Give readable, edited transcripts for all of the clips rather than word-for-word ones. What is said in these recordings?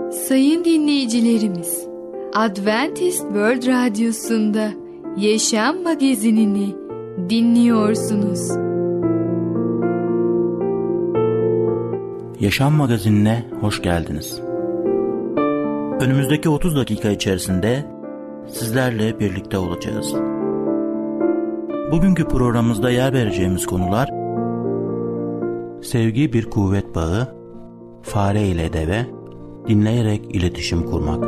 Sayın dinleyicilerimiz, Adventist World Radyosu'nda Yaşam Magazinini dinliyorsunuz. Yaşam Magazinine hoş geldiniz. Önümüzdeki 30 dakika içerisinde sizlerle birlikte olacağız. Bugünkü programımızda yer vereceğimiz konular: sevgi bir kuvvet bağı, fare ile deve, dinleyerek iletişim kurmak.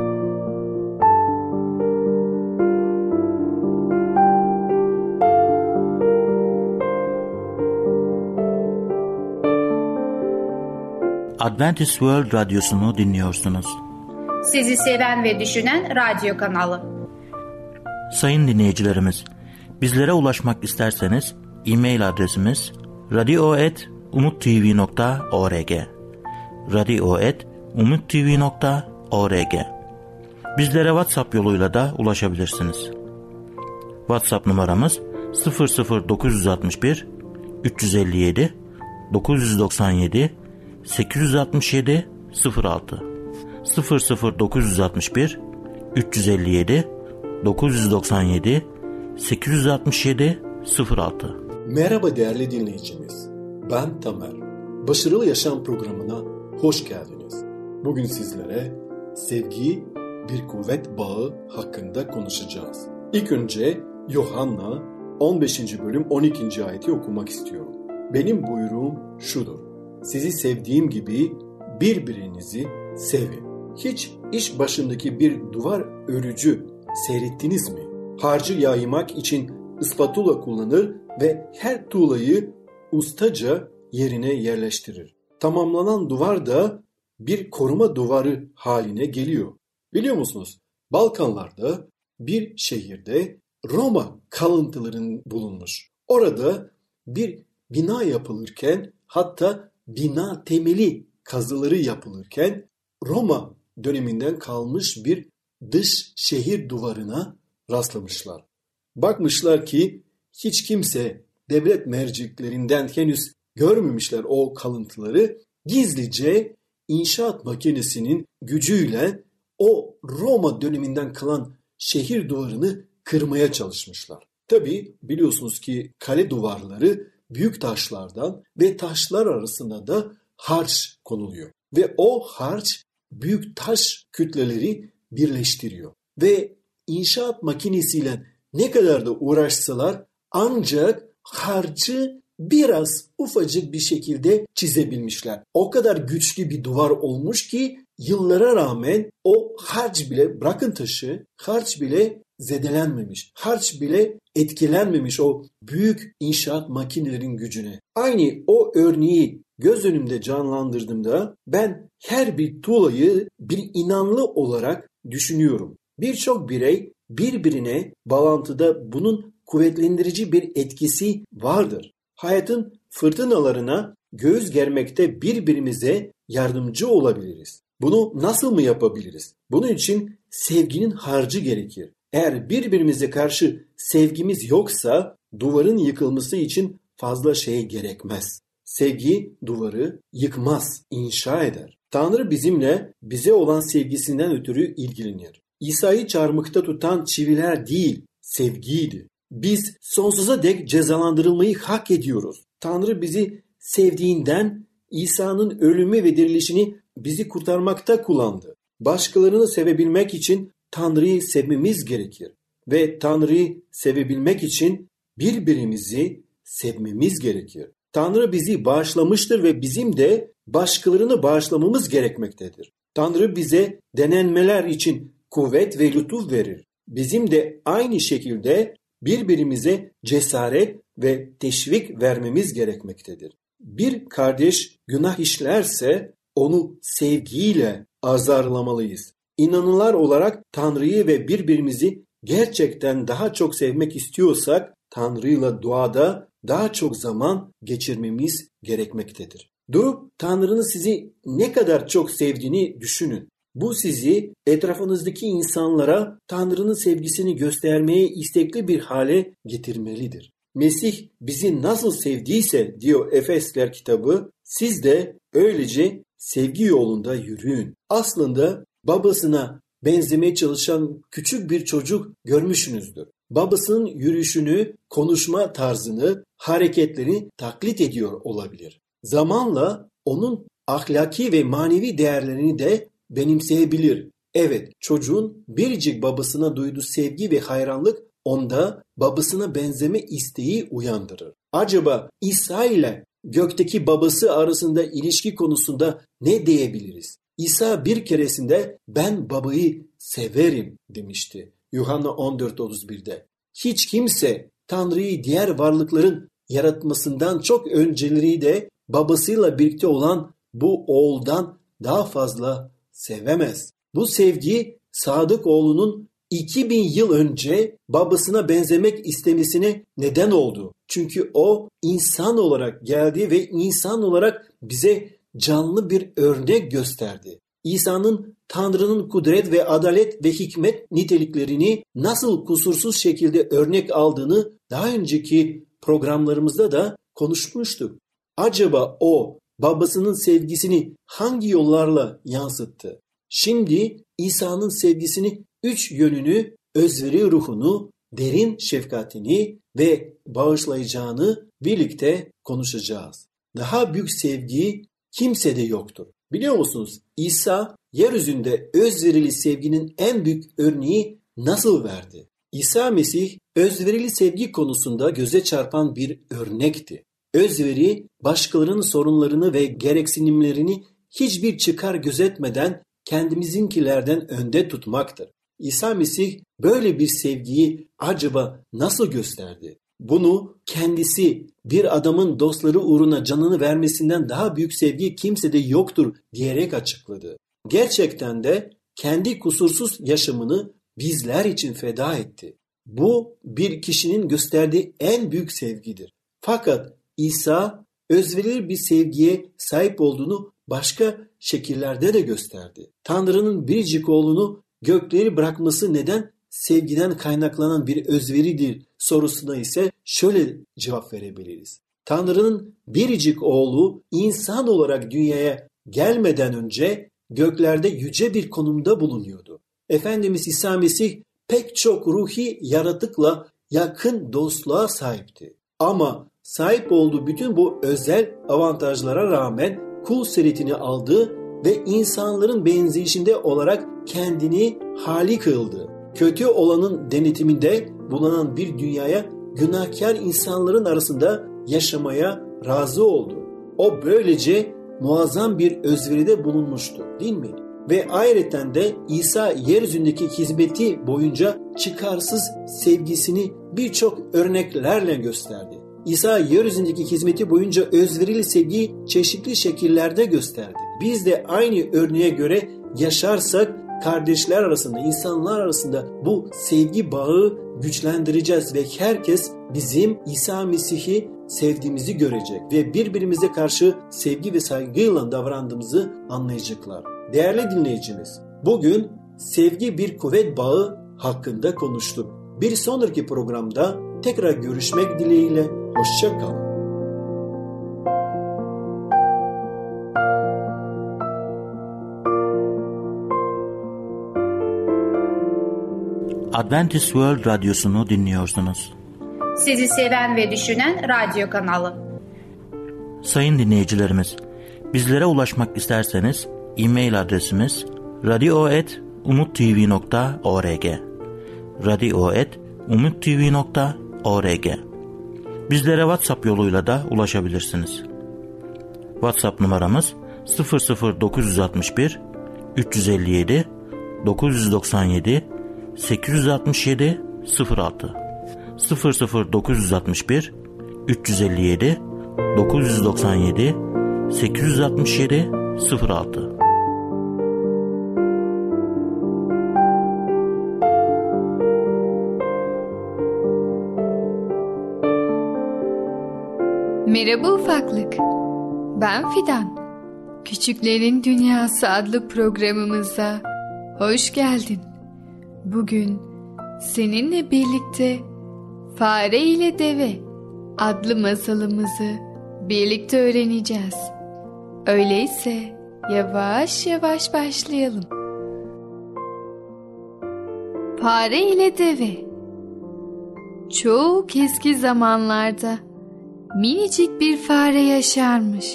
Adventist World Radyosu'nu dinliyorsunuz. Sizi seven ve düşünen radyo kanalı. Sayın dinleyicilerimiz, bizlere ulaşmak isterseniz e-mail adresimiz radio@umuttv.org radio@umuttv.org. Bizlere WhatsApp yoluyla da ulaşabilirsiniz. WhatsApp numaramız 00961 357 997 867 06 00961 357 997 867 06. Merhaba değerli dinleyicimiz. Ben Tamer. Başarılı Yaşam programına hoş geldiniz. Bugün sizlere sevgi bir kuvvet bağı hakkında konuşacağız. İlk önce Yuhanna 15. bölüm 12. ayeti okumak istiyorum. Benim buyruğum şudur: sizi sevdiğim gibi birbirinizi sevin. Hiç iş başındaki bir duvar örücü seyrettiniz mi? Harcı yaymak için ıspatula kullanır ve her tuğlayı ustaca yerine yerleştirir. Tamamlanan duvar da bir koruma duvarı haline geliyor. Biliyor musunuz? Balkanlarda bir şehirde Roma kalıntıların bulunmuş. Orada bir bina yapılırken, hatta bina temeli kazıları yapılırken Roma döneminden kalmış bir dış şehir duvarına rastlamışlar. Bakmışlar ki hiç kimse devlet merciklerinden henüz görmemişler o kalıntıları. Gizlice inşaat makinesinin gücüyle o Roma döneminden kalan şehir duvarını kırmaya çalışmışlar. Tabii biliyorsunuz ki kale duvarları büyük taşlardan ve taşlar arasında da harç konuluyor. Ve o harç büyük taş kütleleri birleştiriyor. Ve inşaat makinesiyle ne kadar da uğraşsalar ancak harcı biraz ufacık bir şekilde çizebilmişler. O kadar güçlü bir duvar olmuş ki yıllara rağmen o harç bile, bırakın taşı, harç bile zedelenmemiş. Harç bile etkilenmemiş o büyük inşaat makinelerin gücüne. Aynı o örneği göz önümde canlandırdığımda ben her bir tuğlayı bir inanlı olarak düşünüyorum. Birçok birey birbirine bağlantıda bunun kuvvetlendirici bir etkisi vardır. Hayatın fırtınalarına göğüs germekte birbirimize yardımcı olabiliriz. Bunu nasıl mı yapabiliriz? Bunun için sevginin harcı gerekir. Eğer birbirimize karşı sevgimiz yoksa duvarın yıkılması için fazla şey gerekmez. Sevgi duvarı yıkmaz, inşa eder. Tanrı bizimle, bize olan sevgisinden ötürü ilgilenir. İsa'yı çarmıhta tutan çiviler değil, sevgiydi. Biz sonsuza dek cezalandırılmayı hak ediyoruz. Tanrı bizi sevdiğinden İsa'nın ölümü ve dirilişini bizi kurtarmakta kullandı. Başkalarını sevebilmek için Tanrı'yı sevmemiz gerekir. Ve Tanrı'yı sevebilmek için birbirimizi sevmemiz gerekir. Tanrı bizi bağışlamıştır ve bizim de başkalarını bağışlamamız gerekmektedir. Tanrı bize denenmeler için kuvvet ve lütuf verir. Bizim de aynı şekilde birbirimize cesaret ve teşvik vermemiz gerekmektedir. Bir kardeş günah işlerse onu sevgiyle azarlamalıyız. İnananlar olarak Tanrı'yı ve birbirimizi gerçekten daha çok sevmek istiyorsak Tanrı'yla duada daha çok zaman geçirmemiz gerekmektedir. Durup Tanrı'nın sizi ne kadar çok sevdiğini düşünün. Bu sizi etrafınızdaki insanlara Tanrı'nın sevgisini göstermeye istekli bir hale getirmelidir. Mesih bizi nasıl sevdiyse diyor Efesler kitabı, siz de öylece sevgi yolunda yürüyün. Aslında babasına benzemeye çalışan küçük bir çocuk görmüşsünüzdür. Babasının yürüyüşünü, konuşma tarzını, hareketlerini taklit ediyor olabilir. Zamanla onun ahlaki ve manevi değerlerini de benimseyebilir. Evet, çocuğun biricik babasına duyduğu sevgi ve hayranlık onda babasına benzeme isteği uyandırır. Acaba İsa ile gökteki babası arasında ilişki konusunda ne diyebiliriz? İsa bir keresinde ben babayı severim demişti. Yuhanna 14:31'de. Hiç kimse Tanrı'yı diğer varlıkların yaratmasından çok önceleri de babasıyla birlikte olan bu oğuldan daha fazla sevemez. Bu sevgi Sadık oğlunun 2000 yıl önce babasına benzemek istemesine neden oldu. Çünkü o insan olarak geldi ve insan olarak bize canlı bir örnek gösterdi. İsa'nın Tanrı'nın kudret ve adalet ve hikmet niteliklerini nasıl kusursuz şekilde örnek aldığını daha önceki programlarımızda da konuşmuştuk. Acaba o babasının sevgisini hangi yollarla yansıttı? Şimdi İsa'nın sevgisini 3 yönünü, özveri ruhunu, derin şefkatini ve bağışlayacağını birlikte konuşacağız. Daha büyük sevgi kimsede yoktur. Biliyor musunuz? İsa yeryüzünde özverili sevginin en büyük örneği nasıl verdi? İsa Mesih özverili sevgi konusunda göze çarpan bir örnekti. Özveri başkalarının sorunlarını ve gereksinimlerini hiçbir çıkar gözetmeden kendimizinkilerden önde tutmaktır. İsa Mesih böyle bir sevgiyi acaba nasıl gösterdi? Bunu kendisi bir adamın dostları uğruna canını vermesinden daha büyük sevgi kimsede yoktur diyerek açıkladı. Gerçekten de kendi kusursuz yaşamını bizler için feda etti. Bu bir kişinin gösterdiği en büyük sevgidir. Fakat İsa özverili bir sevgiye sahip olduğunu başka şekillerde de gösterdi. Tanrı'nın biricik oğlunu gökleri bırakması neden sevgiden kaynaklanan bir özveridir sorusuna ise şöyle cevap verebiliriz. Tanrı'nın biricik oğlu insan olarak dünyaya gelmeden önce göklerde yüce bir konumda bulunuyordu. Efendimiz İsa Mesih pek çok ruhi yaratıkla yakın dostluğa sahipti. Ama sahip olduğu bütün bu özel avantajlara rağmen kul suretini aldı ve insanların benzeyişinde olarak kendini hali kıldı. Kötü olanın denetiminde bulunan bir dünyaya günahkar insanların arasında yaşamaya razı oldu. O böylece muazzam bir özveride bulunmuştu, değil mi? Ve ayrıca de İsa yeryüzündeki hizmeti boyunca çıkarsız sevgisini birçok örneklerle gösterdi. İsa yeryüzündeki hizmeti boyunca özverili sevgiyi çeşitli şekillerde gösterdi. Biz de aynı örneğe göre yaşarsak kardeşler arasında, insanlar arasında bu sevgi bağı güçlendireceğiz ve herkes bizim İsa Mesih'i sevdiğimizi görecek ve birbirimize karşı sevgi ve saygıyla davrandığımızı anlayacaklar. Değerli dinleyicimiz, bugün sevgi bir kuvvet bağı hakkında konuştuk. Bir sonraki programda tekrar görüşmek dileğiyle, hoşça kalın. Adventist World Radyosu'nu dinliyorsunuz. Sizi seven ve düşünen radyo kanalı. Sayın dinleyicilerimiz, bizlere ulaşmak isterseniz e-mail adresimiz radio@umuttv.org radio@umuttv.org. Bizlere WhatsApp yoluyla da ulaşabilirsiniz. WhatsApp numaramız 00961 357 997 867 06 00961 357 997 867 06. Merhaba ufaklık. Ben Fidan. Küçüklerin Dünyası adlı programımıza hoş geldin. Bugün seninle birlikte Fare ile Deve adlı masalımızı birlikte öğreneceğiz. Öyleyse yavaş yavaş başlayalım. Fare ile deve. Çok eski zamanlarda minicik bir fare yaşarmış.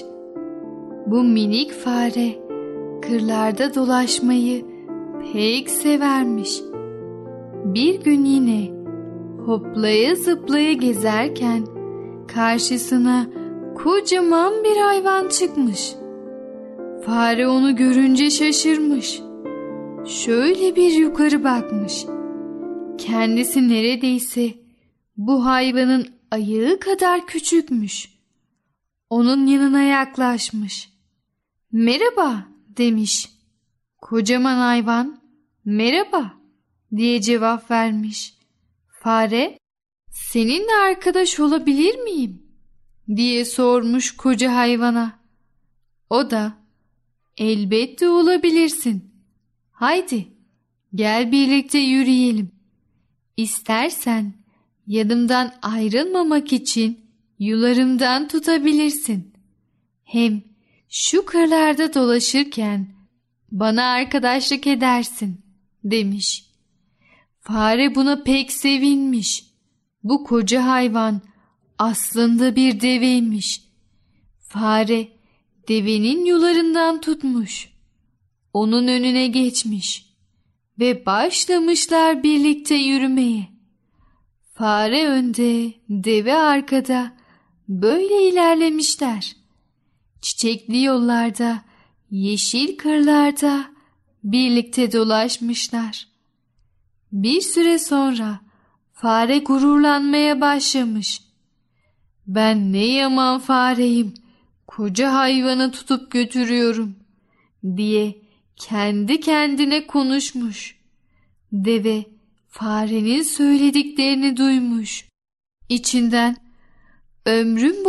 Bu minik fare kırlarda dolaşmayı pek severmiş. Bir gün yine hoplaya zıplaya gezerken karşısına kocaman bir hayvan çıkmış. Fare onu görünce şaşırmış. Şöyle bir yukarı bakmış. Kendisi neredeyse bu hayvanın ayağı kadar küçükmüş. Onun yanına yaklaşmış. "Merhaba," demiş. Kocaman hayvan, "Merhaba," diye cevap vermiş. Fare, "Seninle arkadaş olabilir miyim?" diye sormuş koca hayvana. O da, "Elbette olabilirsin. Haydi, gel birlikte yürüyelim. İstersen yanımdan ayrılmamak için yularımdan tutabilirsin. Hem şu kırlarda dolaşırken bana arkadaşlık edersin," demiş. Fare buna pek sevinmiş. Bu koca hayvan aslında bir deveymiş. Fare devenin yularından tutmuş. Onun önüne geçmiş ve başlamışlar birlikte yürümeye. Fare önde, deve arkada, böyle ilerlemişler. Çiçekli yollarda, yeşil kırlarda birlikte dolaşmışlar. Bir süre sonra fare gururlanmaya başlamış. "Ben ne yaman fareyim, koca hayvanı tutup götürüyorum," diye kendi kendine konuşmuş. Deve farenin söylediklerini duymuş. İçinden ömrüm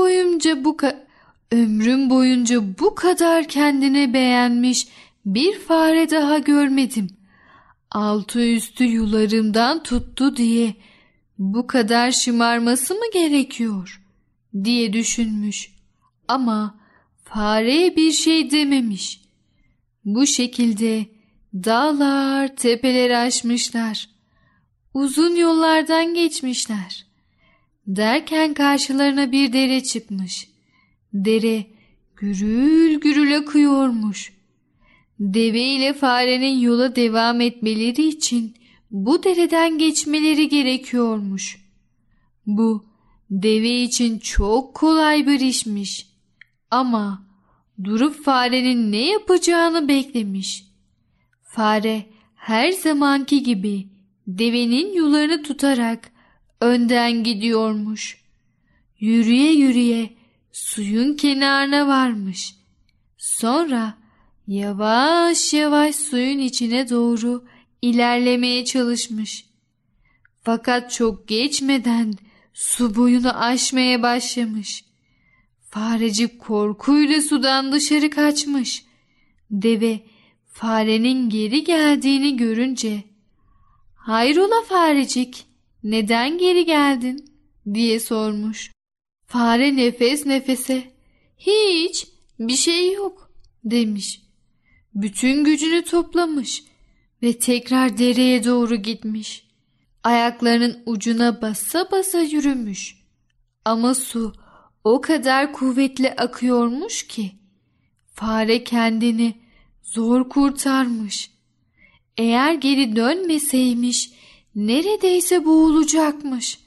boyunca bu kadar kendine beğenmiş bir fare daha görmedim. Altı üstü yularımdan tuttu diye bu kadar şımarması mı gerekiyor diye düşünmüş. Ama fareye bir şey dememiş. Bu şekilde dağlar, tepeleri aşmışlar. Uzun yollardan geçmişler. Derken karşılarına bir dere çıkmış. Dere gürül gürül akıyormuş. Deve ile farenin yola devam etmeleri için bu dereden geçmeleri gerekiyormuş. Bu deve için çok kolay bir işmiş. Ama durup farenin ne yapacağını beklemiş. Fare her zamanki gibi devenin yularını tutarak önden gidiyormuş. Yürüye yürüye suyun kenarına varmış. Sonra yavaş yavaş suyun içine doğru ilerlemeye çalışmış. Fakat çok geçmeden su boyunu aşmaya başlamış. Farecik korkuyla sudan dışarı kaçmış. Deve farenin geri geldiğini görünce, "Hayrola farecik, neden geri geldin?" diye sormuş. Fare nefes nefese, "Hiç, bir şey yok," demiş. Bütün gücünü toplamış ve tekrar dereye doğru gitmiş. Ayaklarının ucuna basa basa yürümüş. Ama su o kadar kuvvetli akıyormuş ki fare kendini zor kurtarmış. Eğer geri dönmeseymiş neredeyse boğulacakmış.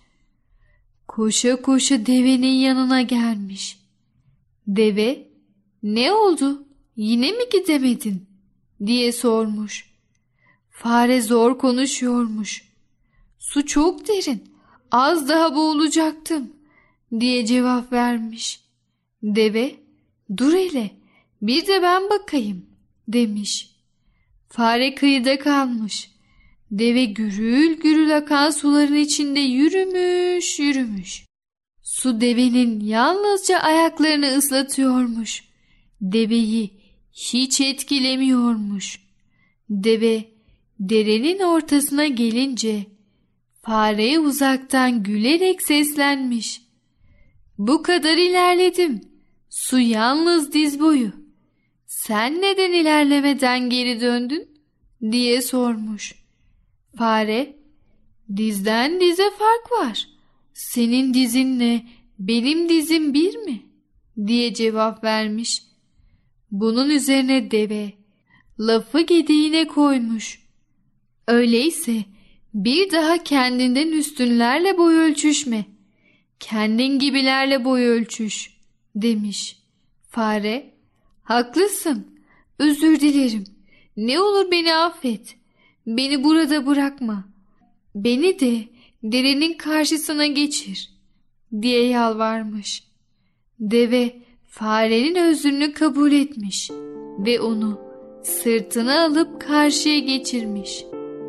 Koşa koşa devenin yanına gelmiş. Deve, "Ne oldu? Yine mi gidemedin?" diye sormuş. Fare zor konuşuyormuş. "Su çok derin, az daha boğulacaktım," diye cevap vermiş. Deve, "Dur hele, bir de ben bakayım," demiş. Fare kıyıda kalmış. Deve gürül gürül akan suların içinde yürümüş. Su devenin yalnızca ayaklarını ıslatıyormuş. Deveyi hiç etkilemiyormuş. Deve derenin ortasına gelince fareye uzaktan gülerek seslenmiş. "Bu kadar ilerledim. Su yalnız diz boyu. sen neden ilerlemeden geri döndün diye sormuş. Fare, dizden dize fark var. Senin dizinle benim dizim bir mi? Diye cevap vermiş. Bunun üzerine deve lafı gediğine koymuş. Öyleyse bir daha kendinden üstünlerle boy ölçüşme. Kendin gibilerle boy ölçüş demiş. Fare, haklısın, özür dilerim. Ne olur beni affet. Beni burada bırakma. Beni de derenin karşısına geçir diye yalvarmış. Deve farenin özrünü kabul etmiş ve onu sırtına alıp karşıya geçirmiş.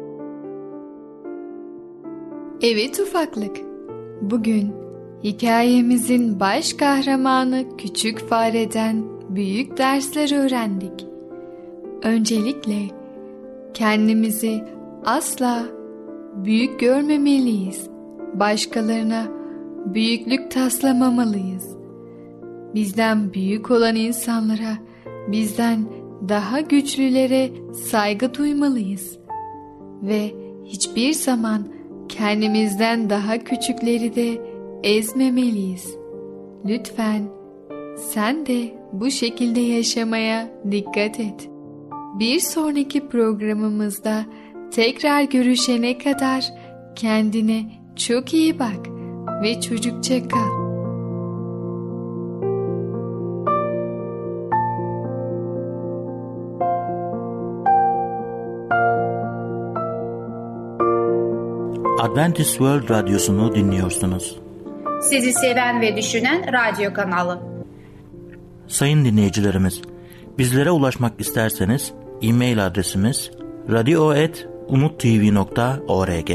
Evet ufaklık, bugün hikayemizin baş kahramanı küçük fareden büyük dersler öğrendik. Öncelikle kendimizi asla büyük görmemeliyiz. Başkalarına büyüklük taslamamalıyız. Bizden büyük olan insanlara, bizden daha güçlülere saygı duymalıyız. Ve hiçbir zaman kendimizden daha küçükleri de ezmemeliyiz. Lütfen sen de bu şekilde yaşamaya dikkat et. Bir sonraki programımızda tekrar görüşene kadar kendine çok iyi bak ve çocukça kal. Adventist World Radyosu'nu dinliyorsunuz. Sizi seven ve düşünen radyo kanalı. Sayın dinleyicilerimiz, bizlere ulaşmak isterseniz e-mail adresimiz radio@umuttv.org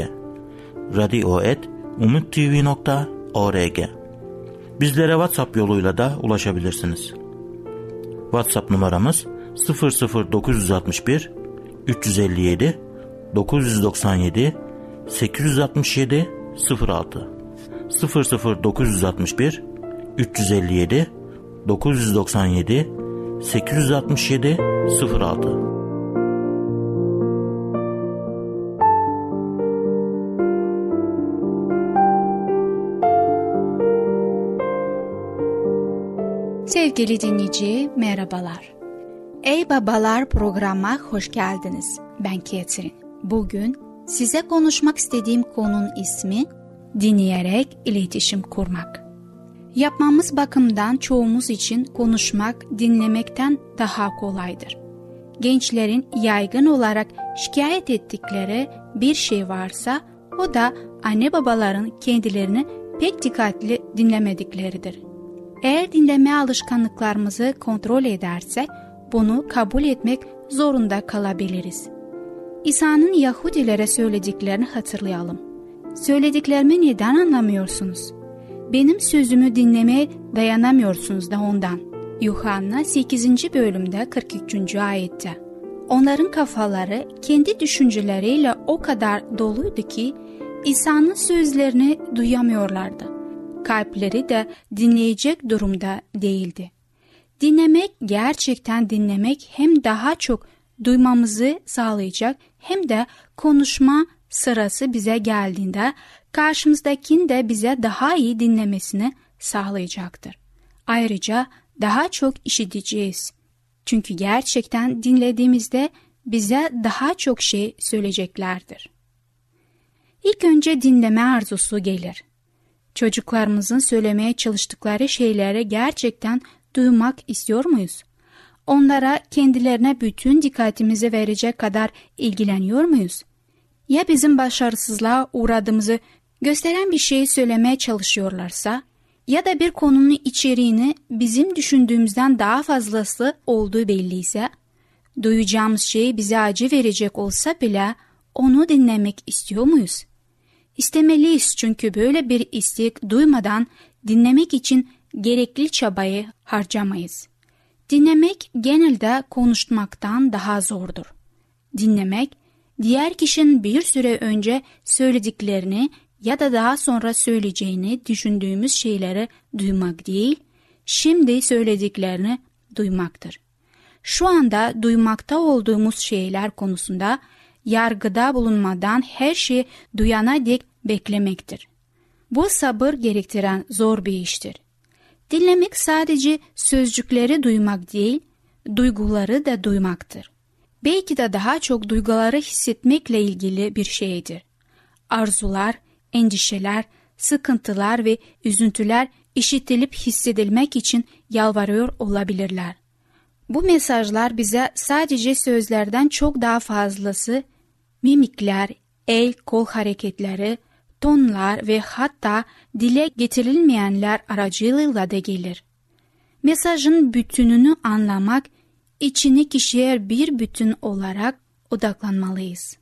radio@umuttv.org. Bizlere WhatsApp yoluyla da ulaşabilirsiniz. WhatsApp numaramız 00961 357 997 867 06 00961 357 997 867 06. Sevgili dinleyici, merhabalar. Ey Babalar programına hoş geldiniz. Ben Ketrin. Bugün size konuşmak istediğim konunun ismi dinleyerek iletişim kurmak. Yapmamız bakımından çoğumuz için konuşmak dinlemekten daha kolaydır. Gençlerin yaygın olarak şikayet ettikleri bir şey varsa o da anne babaların kendilerini pek dikkatli dinlemedikleridir. Eğer dinleme alışkanlıklarımızı kontrol edersek bunu kabul etmek zorunda kalabiliriz. İsa'nın Yahudilere söylediklerini hatırlayalım. Söylediklerimi neden anlamıyorsunuz? Benim sözümü dinlemeye dayanamıyorsunuz da ondan. Yuhanna 8. bölümde 43. ayette. Onların kafaları kendi düşünceleriyle o kadar doluydu ki İsa'nın sözlerini duyamıyorlardı. Kalpleri de dinleyecek durumda değildi. Dinlemek, gerçekten dinlemek hem daha çok duymamızı sağlayacak hem de konuşma sırası bize geldiğinde karşımızdakinin de bize daha iyi dinlemesini sağlayacaktır. Ayrıca daha çok işiteceğiz. Çünkü gerçekten dinlediğimizde bize daha çok şey söyleyeceklerdir. İlk önce dinleme arzusu gelir. Çocuklarımızın söylemeye çalıştıkları şeyleri gerçekten duymak istiyor muyuz? Onlara kendilerine bütün dikkatimizi verecek kadar ilgileniyor muyuz? Ya bizim başarısızlığa uğradığımızı gösteren bir şey söylemeye çalışıyorlarsa ya da bir konunun içeriğini bizim düşündüğümüzden daha fazlası olduğu belliyse, duyacağımız şey bize acı verecek olsa bile onu dinlemek istiyor muyuz? İstemeliyiz çünkü böyle bir istek duymadan dinlemek için gerekli çabayı harcamayız. Dinlemek genelde konuşmaktan daha zordur. Dinlemek, diğer kişinin bir süre önce söylediklerini ya da daha sonra söyleyeceğini düşündüğümüz şeyleri duymak değil, şimdi söylediklerini duymaktır. şu anda duymakta olduğumuz şeyler konusunda yargıda bulunmadan her şeyi duyana dek beklemektir. Bu sabır gerektiren zor bir iştir. Dinlemek sadece sözcükleri duymak değil, duyguları da duymaktır. Belki de daha çok duyguları hissetmekle ilgili bir şeydir. Arzular, endişeler, sıkıntılar ve üzüntüler işitilip hissedilmek için yalvarıyor olabilirler. Bu mesajlar bize sadece sözlerden çok daha fazlası, mimikler, el kol hareketleri, tonlar ve hatta dile getirilmeyenler aracılığıyla da gelir. Mesajın bütününü anlamak, içini kişiye bir bütün olarak odaklanmalıyız.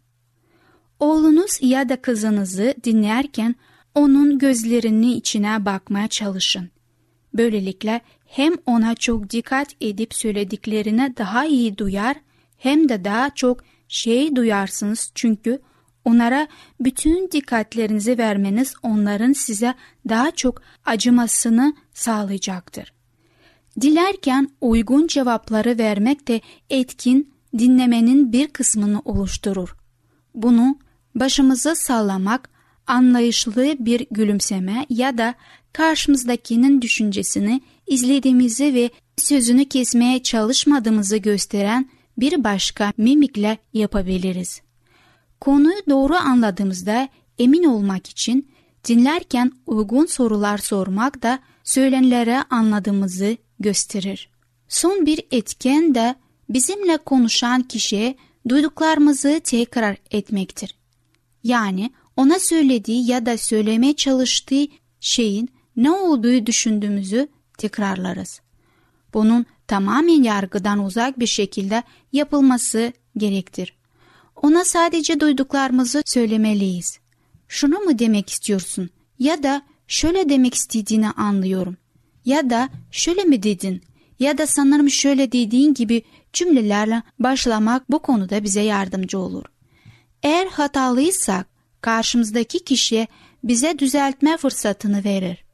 Oğlunuz ya da kızınızı dinlerken onun gözlerinin içine bakmaya çalışın. Böylelikle hem ona çok dikkat edip söylediklerine daha iyi duyar hem de daha çok şey duyarsınız çünkü onlara bütün dikkatlerinizi vermeniz onların size daha çok acımasını sağlayacaktır. Dilerken uygun cevapları vermek de etkin dinlemenin bir kısmını oluşturur. Bunu başımızı sallamak, anlayışlı bir gülümseme ya da karşımızdakinin düşüncesini izlediğimizi ve sözünü kesmeye çalışmadığımızı gösteren bir başka mimikle yapabiliriz. Konuyu doğru anladığımızda emin olmak için dinlerken uygun sorular sormak da söylenenleri anladığımızı gösterir. Son bir etken de bizimle konuşan kişiye duyduklarımızı tekrar etmektir. Yani ona söylediği ya da söylemeye çalıştığı şeyin ne olduğu düşündüğümüzü tekrarlarız. Bunun tamamen yargıdan uzak bir şekilde yapılması gerektir. Ona sadece duyduklarımızı söylemeliyiz. Şunu mu demek istiyorsun? Ya da şöyle demek istediğini anlıyorum. Ya da şöyle mi dedin? Ya da sanırım şöyle dediğin gibi cümlelerle başlamak bu konuda bize yardımcı olur. Eğer hatalıysak karşımızdaki kişiye bize düzeltme fırsatını verir.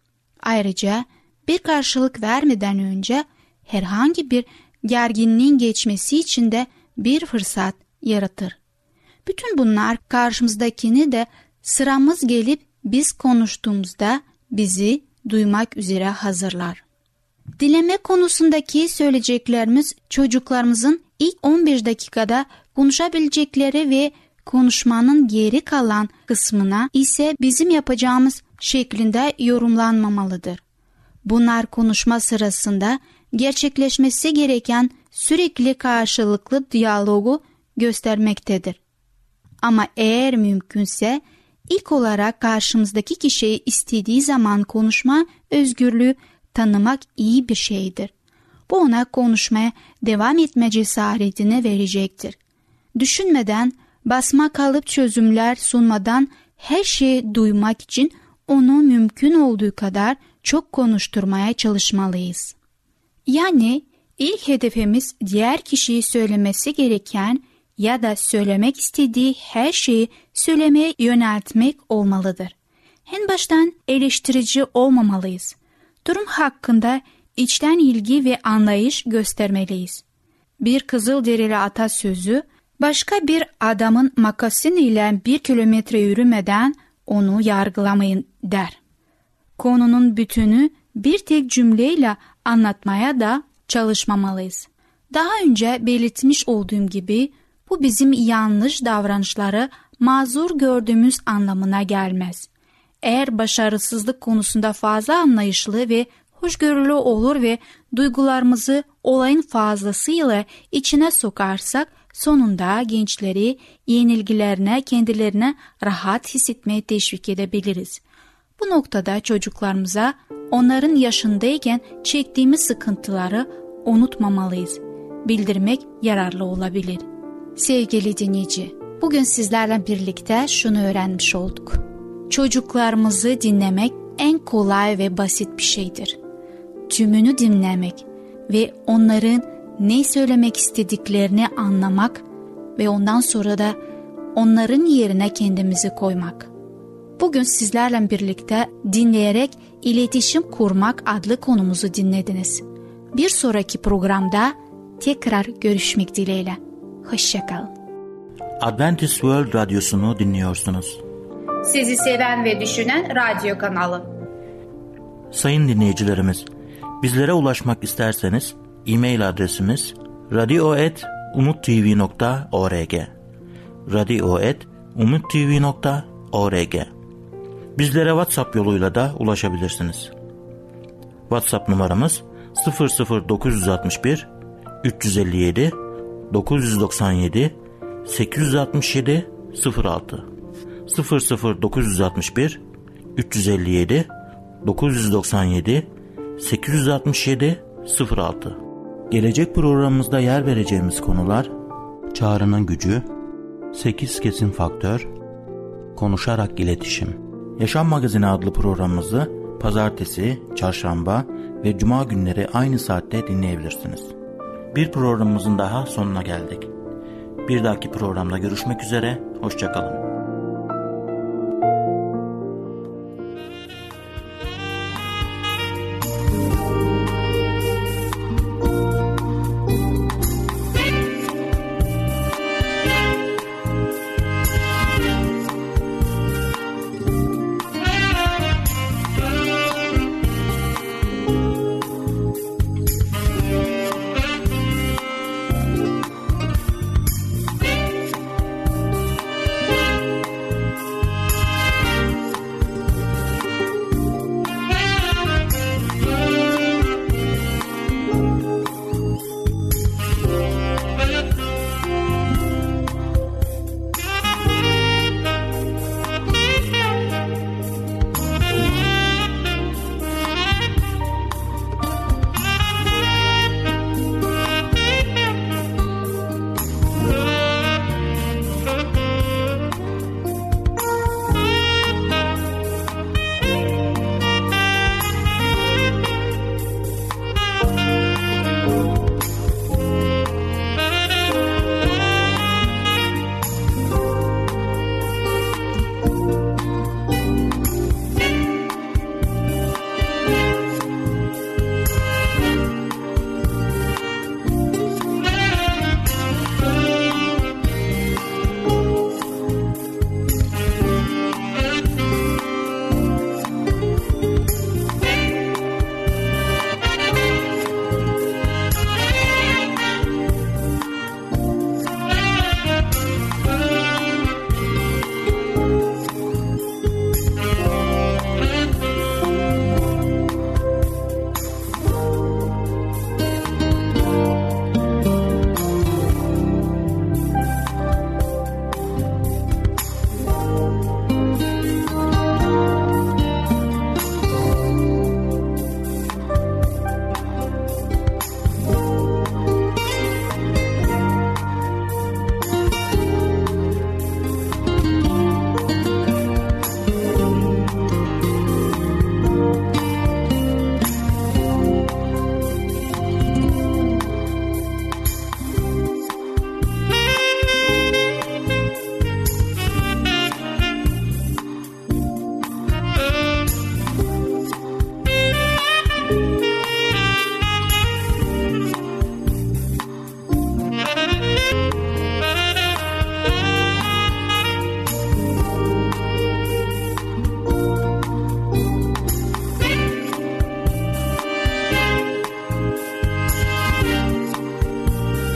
Ayrıca bir karşılık vermeden önce herhangi bir gerginliğin geçmesi için de bir fırsat yaratır. Bütün bunlar karşımızdakini de sıramız gelip biz konuştuğumuzda bizi duymak üzere hazırlar. Dinleme konusundaki söyleyeceklerimiz çocuklarımızın ilk 15 dakikada konuşabilecekleri ve konuşmanın geri kalan kısmına ise bizim yapacağımız şeklinde yorumlanmamalıdır. Bunlar konuşma sırasında gerçekleşmesi gereken sürekli karşılıklı diyalogu göstermektedir. Ama eğer mümkünse ilk olarak karşımızdaki kişiyi istediği zaman konuşma özgürlüğü tanımak iyi bir şeydir. Bu ona konuşmaya devam etme cesaretini verecektir. Düşünmeden, basma kalıp çözümler sunmadan her şeyi duymak için onu mümkün olduğu kadar çok konuşturmaya çalışmalıyız. Yani ilk hedefimiz diğer kişiyi söylemesi gereken ya da söylemek istediği her şeyi söylemeye yöneltmek olmalıdır. En baştan eleştirici olmamalıyız. Durum hakkında içten ilgi ve anlayış göstermeliyiz. Bir Kızılderili atasözü, başka bir adamın makasin ile 1 kilometre yürümeden onu yargılamayın der. Konunun bütünü bir tek cümleyle anlatmaya da çalışmamalıyız. Daha önce belirtmiş olduğum gibi bu bizim yanlış davranışları mazur gördüğümüz anlamına gelmez. Eğer başarısızlık konusunda fazla anlayışlı ve hoşgörülü olur ve duygularımızı olayın fazlasıyla içine sokarsak sonunda gençleri yenilgilerine kendilerine rahat hissetmeye teşvik edebiliriz. Bu noktada çocuklarımıza onların yaşındayken çektiğimiz sıkıntıları unutmamalıyız. Bildirmek yararlı olabilir. Sevgili dinleyici, bugün sizlerle birlikte şunu öğrenmiş olduk. Çocuklarımızı dinlemek en kolay ve basit bir şeydir. Tümünü dinlemek ve onların ne söylemek istediklerini anlamak ve ondan sonra da onların yerine kendimizi koymak. Bugün sizlerle birlikte dinleyerek iletişim kurmak adlı konumuzu dinlediniz. Bir sonraki programda tekrar görüşmek dileğiyle. Hoşça kalın. Adventist World Radyosu'nu dinliyorsunuz. Sizi seven ve düşünen radyo kanalı. Sayın dinleyicilerimiz, bizlere ulaşmak isterseniz e-mail adresimiz radio@umuttv.org radio@umuttv.org. Bizlere WhatsApp yoluyla da ulaşabilirsiniz. WhatsApp numaramız 00961 357 997 867 06 00961 357 997 867 06. Gelecek programımızda yer vereceğimiz konular: çağrının gücü, 8 kesin faktör, konuşarak iletişim. Yaşam Magazini adlı programımızı pazartesi, çarşamba ve cuma günleri aynı saatte dinleyebilirsiniz. Bir programımızın daha sonuna geldik. Bir dahaki programda görüşmek üzere, hoşça kalın.